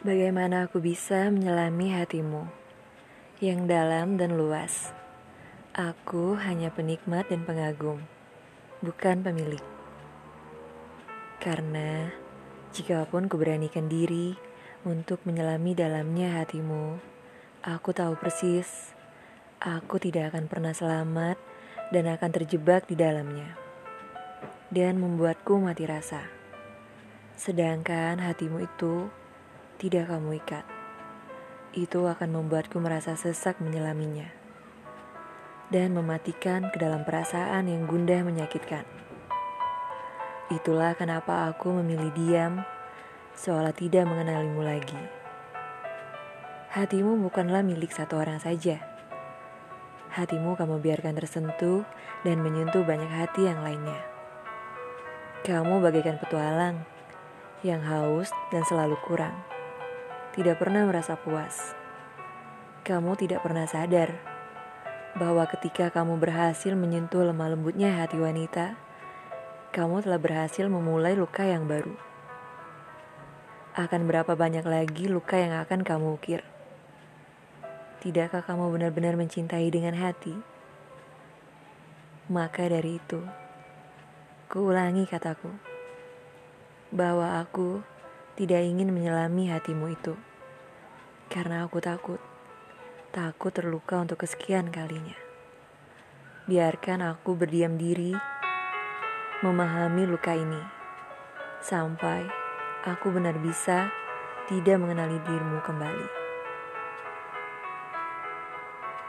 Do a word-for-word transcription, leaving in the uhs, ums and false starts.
Bagaimana aku bisa menyelami hatimu yang dalam dan luas? Aku hanya penikmat dan pengagum, bukan pemilik. Karena jikapun kuberanikan diri untuk menyelami dalamnya hatimu, aku tahu persis aku tidak akan pernah selamat dan akan terjebak di dalamnya dan membuatku mati rasa. Sedangkan hatimu itu tidak kamu ikat. Itu akan membuatku merasa sesak menyelaminya dan mematikan ke dalam perasaan yang gundah menyakitkan. Itulah kenapa aku memilih diam, seolah tidak mengenalimu lagi. Hatimu bukanlah milik satu orang saja. Hatimu kamu biarkan tersentuh dan menyentuh banyak hati yang lainnya. Kamu bagaikan petualang yang haus dan selalu kurang. Tidak pernah merasa puas. Kamu tidak pernah sadar bahwa ketika kamu berhasil menyentuh lemah lembutnya hati wanita, kamu telah berhasil memulai luka yang baru. Akan berapa banyak lagi luka yang akan kamu ukir? Tidakkah kamu benar-benar mencintai dengan hati? Maka dari itu, kuulangi kataku, bahwa aku tidak ingin menyelami hatimu itu, karena aku takut, takut terluka untuk kesekian kalinya. Biarkan aku berdiam diri, memahami luka ini, sampai aku benar bisa tidak mengenali dirimu kembali.